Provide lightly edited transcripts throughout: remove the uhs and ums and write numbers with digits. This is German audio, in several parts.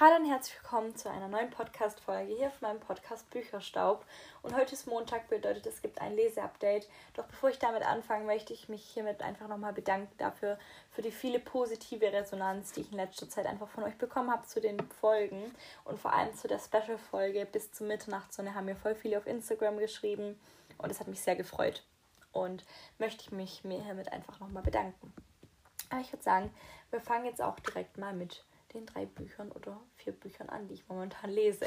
Hallo und herzlich willkommen zu einer neuen Podcast-Folge hier auf meinem Podcast Bücherstaub. Und heute ist Montag, bedeutet, es gibt ein Leseupdate. Doch bevor ich damit anfange, möchte ich mich hiermit einfach nochmal bedanken dafür, für die viele positive Resonanz, die ich in letzter Zeit einfach von euch bekommen habe zu den Folgen. Und vor allem zu der Special-Folge bis zur Mitternachtssonne haben mir voll viele auf Instagram geschrieben. Und das hat mich sehr gefreut. Und möchte ich mich mir hiermit einfach nochmal bedanken. Aber ich würde sagen, wir fangen jetzt auch direkt mal mit den 3 Büchern oder 4 Büchern an, die ich momentan lese.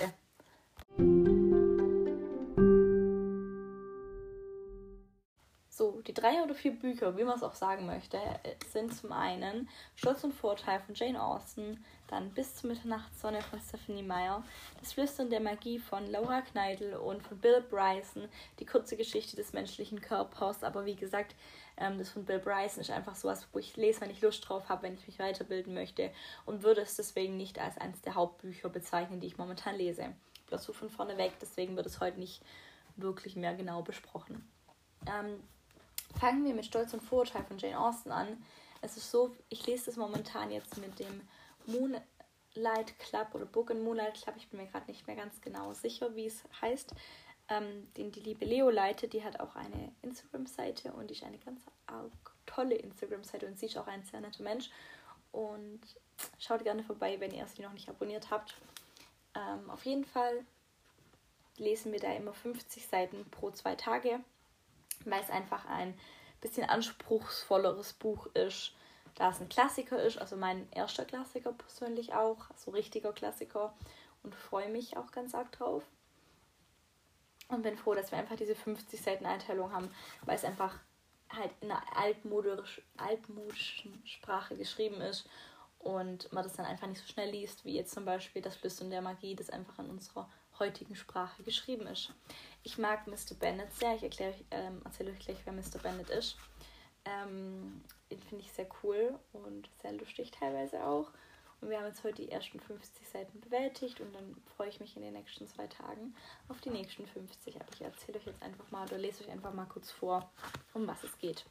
So, die 3 oder 4 Bücher, wie man es auch sagen möchte, sind zum einen Stolz und Vorurteil von Jane Austen, dann Bis zur Mitternachtssonne von Stephenie Meyer, Das Flüstern der Magie von Laura Kneidl und von Bill Bryson, die kurze Geschichte des menschlichen Körpers, aber wie gesagt, das von Bill Bryson ist einfach sowas, wo ich lese, wenn ich Lust drauf habe, wenn ich mich weiterbilden möchte und würde es deswegen nicht als eines der Hauptbücher bezeichnen, die ich momentan lese. Bloß so von vorne weg, deswegen wird es heute nicht wirklich mehr genau besprochen. Fangen wir mit Stolz und Vorurteil von Jane Austen an. Es ist so, ich lese das momentan jetzt mit dem Moonlight Club oder Book and Moonlight Club. Ich bin mir gerade nicht mehr ganz genau sicher, wie es heißt. Den die liebe Leo leitet, die hat auch eine Instagram-Seite und die ist eine ganz tolle Instagram-Seite und sie ist auch ein sehr netter Mensch. Und schaut gerne vorbei, wenn ihr sie noch nicht abonniert habt. Auf jeden Fall lesen wir da immer 50 Seiten pro 2 Tage, weil es einfach ein bisschen anspruchsvolleres Buch ist, da es ein Klassiker ist, also mein erster Klassiker persönlich auch, so richtiger Klassiker, und freue mich auch ganz arg drauf. Und bin froh, dass wir einfach diese 50 Seiten Einteilung haben, weil es einfach halt in einer altmodischen Sprache geschrieben ist und man das dann einfach nicht so schnell liest, wie jetzt zum Beispiel Das Flüstern der Magie, das einfach in unserer heutigen Sprache geschrieben ist. Ich mag Mr. Bennet sehr. Ich erzähle euch gleich, wer Mr. Bennet ist. Den finde ich sehr cool und sehr lustig teilweise auch. Und wir haben jetzt heute die ersten 50 Seiten bewältigt und dann freue ich mich in den nächsten 2 Tagen auf die nächsten 50. Aber ich erzähle euch jetzt einfach mal oder lese euch einfach mal kurz vor, um was es geht.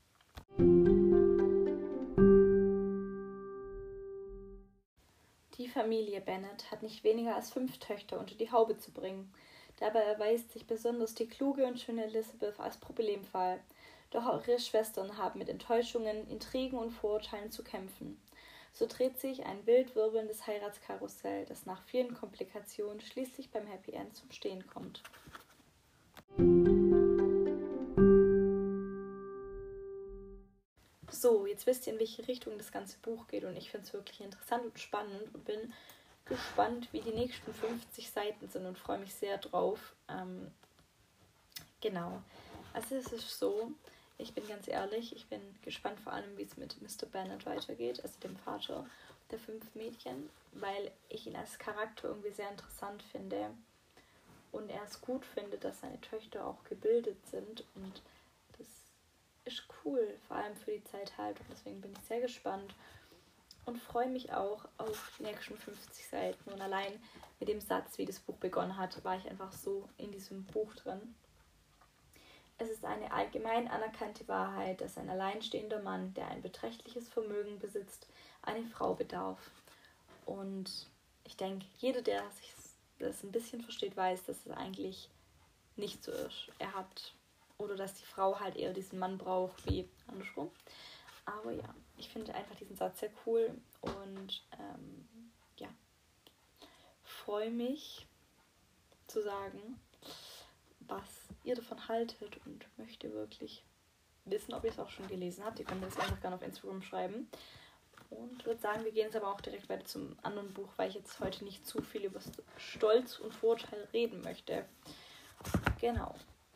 Die Familie Bennet hat nicht weniger als 5 Töchter unter die Haube zu bringen. Dabei erweist sich besonders die kluge und schöne Elizabeth als Problemfall. Doch auch ihre Schwestern haben mit Enttäuschungen, Intrigen und Vorurteilen zu kämpfen. So dreht sich ein wild wirbelndes Heiratskarussell, das nach vielen Komplikationen schließlich beim Happy End zum Stehen kommt. So, jetzt wisst ihr, in welche Richtung das ganze Buch geht und ich finde es wirklich interessant und spannend und bin gespannt, wie die nächsten 50 Seiten sind und freue mich sehr drauf. Genau, also es ist so, ich bin ganz ehrlich, ich bin gespannt vor allem, wie es mit Mr. Bennet weitergeht, also dem Vater der 5 Mädchen, weil ich ihn als Charakter irgendwie sehr interessant finde und er es gut findet, dass seine Töchter auch gebildet sind und das ist cool, vor allem für die Zeit halt und deswegen bin ich sehr gespannt und freue mich auch auf die nächsten 50 Seiten und allein mit dem Satz, wie das Buch begonnen hat, war ich einfach so in diesem Buch drin. Es ist eine allgemein anerkannte Wahrheit, dass ein alleinstehender Mann, der ein beträchtliches Vermögen besitzt, eine Frau bedarf. Und ich denke, jeder, der sich das ein bisschen versteht, weiß, dass es eigentlich nicht so ist. Oder dass die Frau halt eher diesen Mann braucht wie andersrum. Aber ja, ich finde einfach diesen Satz sehr cool und freue mich zu sagen, was ihr davon haltet und möchte wirklich wissen, ob ihr es auch schon gelesen habt. Ihr könnt mir das einfach gerne auf Instagram schreiben. Und würde sagen, wir gehen jetzt aber auch direkt weiter zum anderen Buch, weil ich jetzt heute nicht zu viel über Stolz und Vorurteil reden möchte. Genau.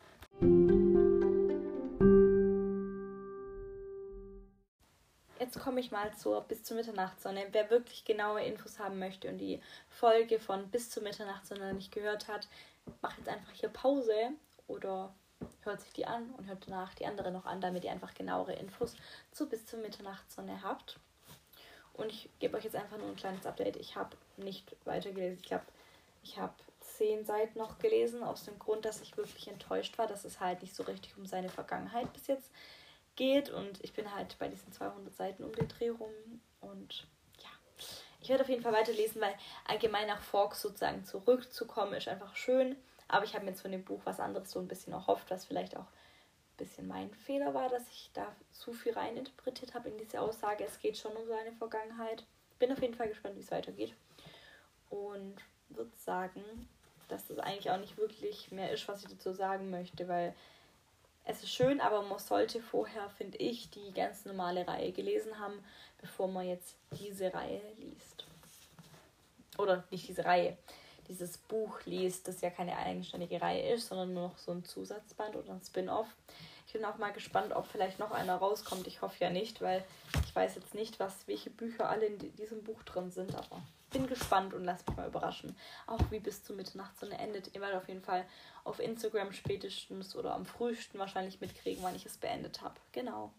Jetzt komme ich mal Bis zur Mitternachtssonne. Wer wirklich genaue Infos haben möchte und die Folge von Bis zur Mitternachtssonne nicht gehört hat, macht jetzt einfach hier Pause oder hört sich die an und hört danach die andere noch an, damit ihr einfach genauere Infos zu Bis zur Mitternachtssonne habt. Und ich gebe euch jetzt einfach nur ein kleines Update. Ich habe nicht weitergelesen. Ich glaube, ich habe 10 Seiten noch gelesen, aus dem Grund, dass ich wirklich enttäuscht war, dass es halt nicht so richtig um seine Vergangenheit bis jetzt geht. Und ich bin halt bei diesen 200 Seiten um den Dreh rum. Und ja, Ich werde auf jeden Fall weiterlesen, weil allgemein nach Forks sozusagen zurückzukommen ist einfach schön. Aber ich habe mir jetzt von dem Buch was anderes so ein bisschen erhofft, was vielleicht auch ein bisschen mein Fehler war, dass ich da zu viel reininterpretiert habe in diese Aussage. Es geht schon um seine Vergangenheit. Bin auf jeden Fall gespannt, wie es weitergeht. Und würde sagen, dass das eigentlich auch nicht wirklich mehr ist, was ich dazu sagen möchte, weil es ist schön, aber man sollte vorher, finde ich, die ganz normale Reihe gelesen haben, bevor man jetzt diese Reihe liest. Oder nicht diese Reihe, dieses Buch liest, das ja keine eigenständige Reihe ist, sondern nur noch so ein Zusatzband oder ein Spin-off. Ich bin auch mal gespannt, ob vielleicht noch einer rauskommt. Ich hoffe ja nicht, weil ich weiß jetzt nicht, welche Bücher alle in diesem Buch drin sind, aber bin gespannt und lass mich mal überraschen. Auch wie bis zu Mitternachtssonne endet. Ihr werdet auf jeden Fall auf Instagram spätestens oder am frühesten wahrscheinlich mitkriegen, wann ich es beendet habe. Genau.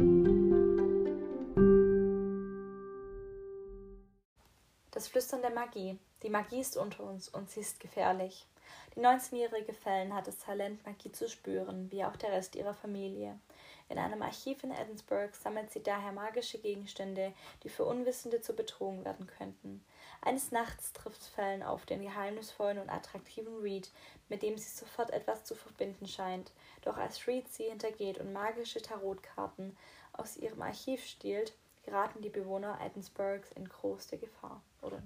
Das Flüstern der Magie. Die Magie ist unter uns und sie ist gefährlich. Die 19-jährige Fallon hat das Talent, Magie zu spüren, wie auch der Rest ihrer Familie. In einem Archiv in Edinburgh sammelt sie daher magische Gegenstände, die für Unwissende zur Bedrohung werden könnten. Eines Nachts trifft Fallon auf den geheimnisvollen und attraktiven Reed, mit dem sie sofort etwas zu verbinden scheint. Doch als Reed sie hintergeht und magische Tarotkarten aus ihrem Archiv stiehlt, geraten die Bewohner Edinburghs in größte Gefahr.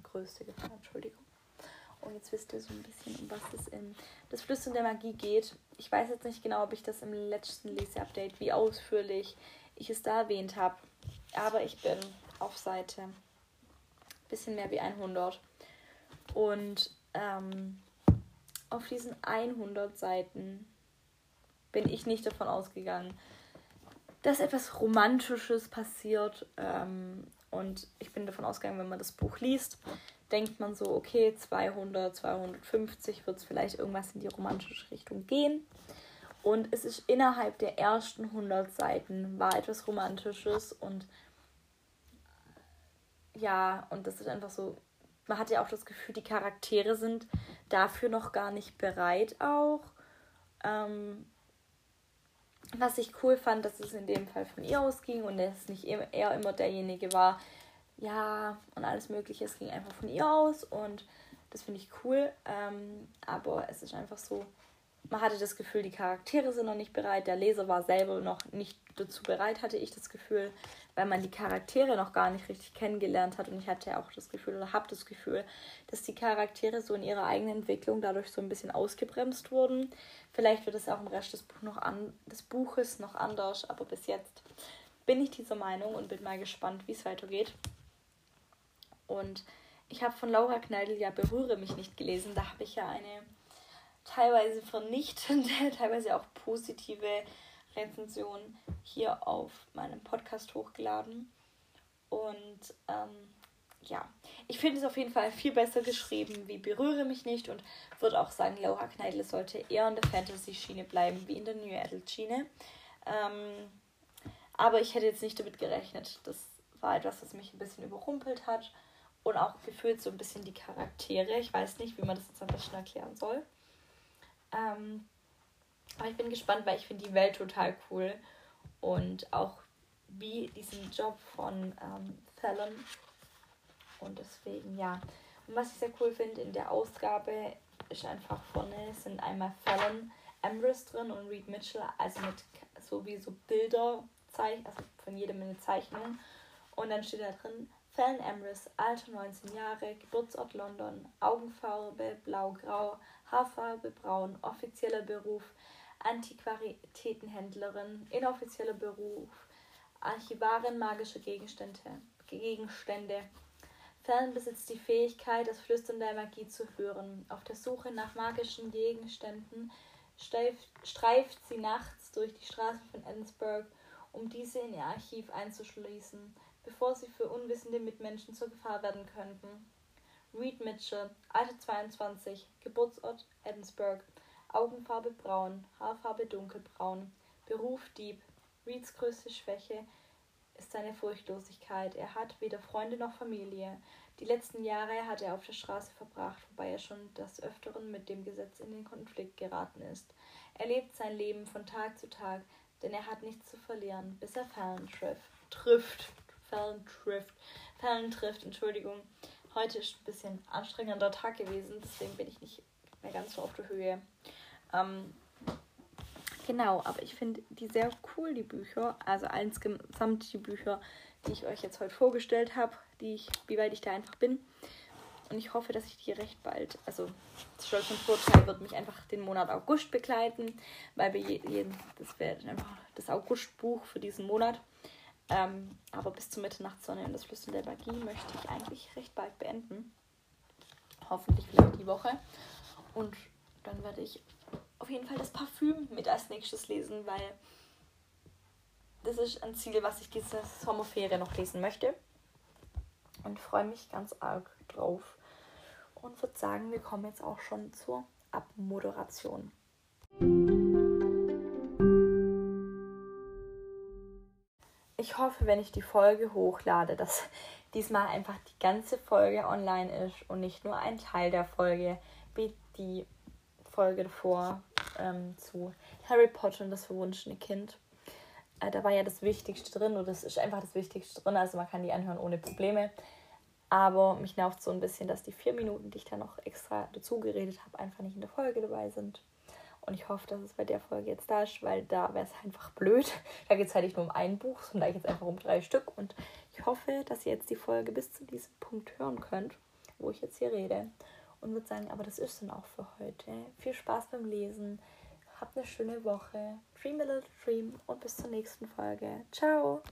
Und jetzt wisst ihr so ein bisschen, um was es in das Flüstern der Magie geht. Ich weiß jetzt nicht genau, ob ich das im letzten Leseupdate, wie ausführlich ich es da erwähnt habe. Aber ich bin auf Seite ein bisschen mehr wie 100. Und auf diesen 100 Seiten bin ich nicht davon ausgegangen, dass etwas Romantisches passiert. Und ich bin davon ausgegangen, wenn man das Buch liest, denkt man so, okay, 200, 250 wird es vielleicht irgendwas in die romantische Richtung gehen. Und es ist innerhalb der ersten 100 Seiten war etwas Romantisches. Und ja, und das ist einfach so, man hat ja auch das Gefühl, die Charaktere sind dafür noch gar nicht bereit auch. Was ich cool fand, dass es in dem Fall von ihr ausging und es nicht er immer derjenige war, ja, und alles Mögliche, es ging einfach von ihr aus und das finde ich cool, aber es ist einfach so, man hatte das Gefühl, die Charaktere sind noch nicht bereit, der Leser war selber noch nicht dazu bereit, hatte ich das Gefühl, weil man die Charaktere noch gar nicht richtig kennengelernt hat und ich hatte auch das Gefühl oder habe das Gefühl, dass die Charaktere so in ihrer eigenen Entwicklung dadurch so ein bisschen ausgebremst wurden. Vielleicht wird es auch im Rest des Buches noch anders, aber bis jetzt bin ich dieser Meinung und bin mal gespannt, wie es weitergeht. Und ich habe von Laura Kneidl ja Berühre mich nicht gelesen. Da habe ich ja eine teilweise vernichtende, teilweise auch positive Rezension hier auf meinem Podcast hochgeladen. Und ja, ich finde es auf jeden Fall viel besser geschrieben wie Berühre mich nicht und würde auch sagen, Laura Kneidl sollte eher in der Fantasy-Schiene bleiben wie in der New Adult-Schiene. Aber ich hätte jetzt nicht damit gerechnet. Das war etwas, was mich ein bisschen überrumpelt hat. Und auch gefühlt so ein bisschen die Charaktere. Ich weiß nicht, wie man das jetzt am besten erklären soll. Aber ich bin gespannt, weil ich finde die Welt total cool. Und auch wie diesen Job von Fallon. Und deswegen, ja. Und was ich sehr cool finde, in der Ausgabe ist einfach vorne, sind einmal Fallon Ambrose drin und Reed Mitchell. Also mit so Bilder, also von jedem eine Zeichnung. Und dann steht da drin, Fallon Ambrose, Alter 19 Jahre, Geburtsort London, Augenfarbe blau-grau, Haarfarbe braun, offizieller Beruf Antiquitätenhändlerin, inoffizieller Beruf Archivarin magischer Gegenstände. Fallon besitzt die Fähigkeit, das Flüstern der Magie zu hören. Auf der Suche nach magischen Gegenständen streift sie nachts durch die Straßen von Edinburgh, um diese in ihr Archiv einzuschließen, bevor sie für unwissende Mitmenschen zur Gefahr werden könnten. Reed Mitchell, Alter 22, Geburtsort Edinburgh, Augenfarbe braun, Haarfarbe dunkelbraun, Beruf Dieb. Reeds größte Schwäche ist seine Furchtlosigkeit. Er hat weder Freunde noch Familie. Die letzten Jahre hat er auf der Straße verbracht, wobei er schon des Öfteren mit dem Gesetz in den Konflikt geraten ist. Er lebt sein Leben von Tag zu Tag, denn er hat nichts zu verlieren, bis er Fallon trifft. Fällen trifft. Entschuldigung. Heute ist ein bisschen anstrengender Tag gewesen, deswegen bin ich nicht mehr ganz so auf der Höhe. Genau, aber ich finde die sehr cool, die Bücher. Also insgesamt die Bücher, die ich euch jetzt heute vorgestellt habe, wie weit ich da einfach bin. Und ich hoffe, dass ich die recht bald, also das Stolz und Vorteil wird mich einfach den Monat August begleiten, weil das wäre dann einfach das Augustbuch für diesen Monat. Aber bis zur Mitternachtssonne und das Flüstern der Magie möchte ich eigentlich recht bald beenden. Hoffentlich vielleicht die Woche. Und dann werde ich auf jeden Fall das Parfüm mit als nächstes lesen, weil das ist ein Ziel, was ich diese Sommerferien noch lesen möchte. Und freue mich ganz arg drauf. Und würde sagen, wir kommen jetzt auch schon zur Abmoderation. Ich hoffe, wenn ich die Folge hochlade, dass diesmal einfach die ganze Folge online ist und nicht nur ein Teil der Folge, wie die Folge davor zu Harry Potter und das verwunschene Kind. Da war ja das Wichtigste drin, und das ist einfach das Wichtigste drin, also man kann die anhören ohne Probleme. Aber mich nervt so ein bisschen, dass die 4 Minuten, die ich da noch extra dazu geredet habe, einfach nicht in der Folge dabei sind. Und ich hoffe, dass es bei der Folge jetzt da ist, weil da wäre es einfach blöd. Da geht es halt nicht nur um ein Buch, sondern da geht es einfach um 3 Stück. Und ich hoffe, dass ihr jetzt die Folge bis zu diesem Punkt hören könnt, wo ich jetzt hier rede. Und würde sagen, aber das ist dann auch für heute. Viel Spaß beim Lesen. Habt eine schöne Woche. Dream a little dream und bis zur nächsten Folge. Ciao!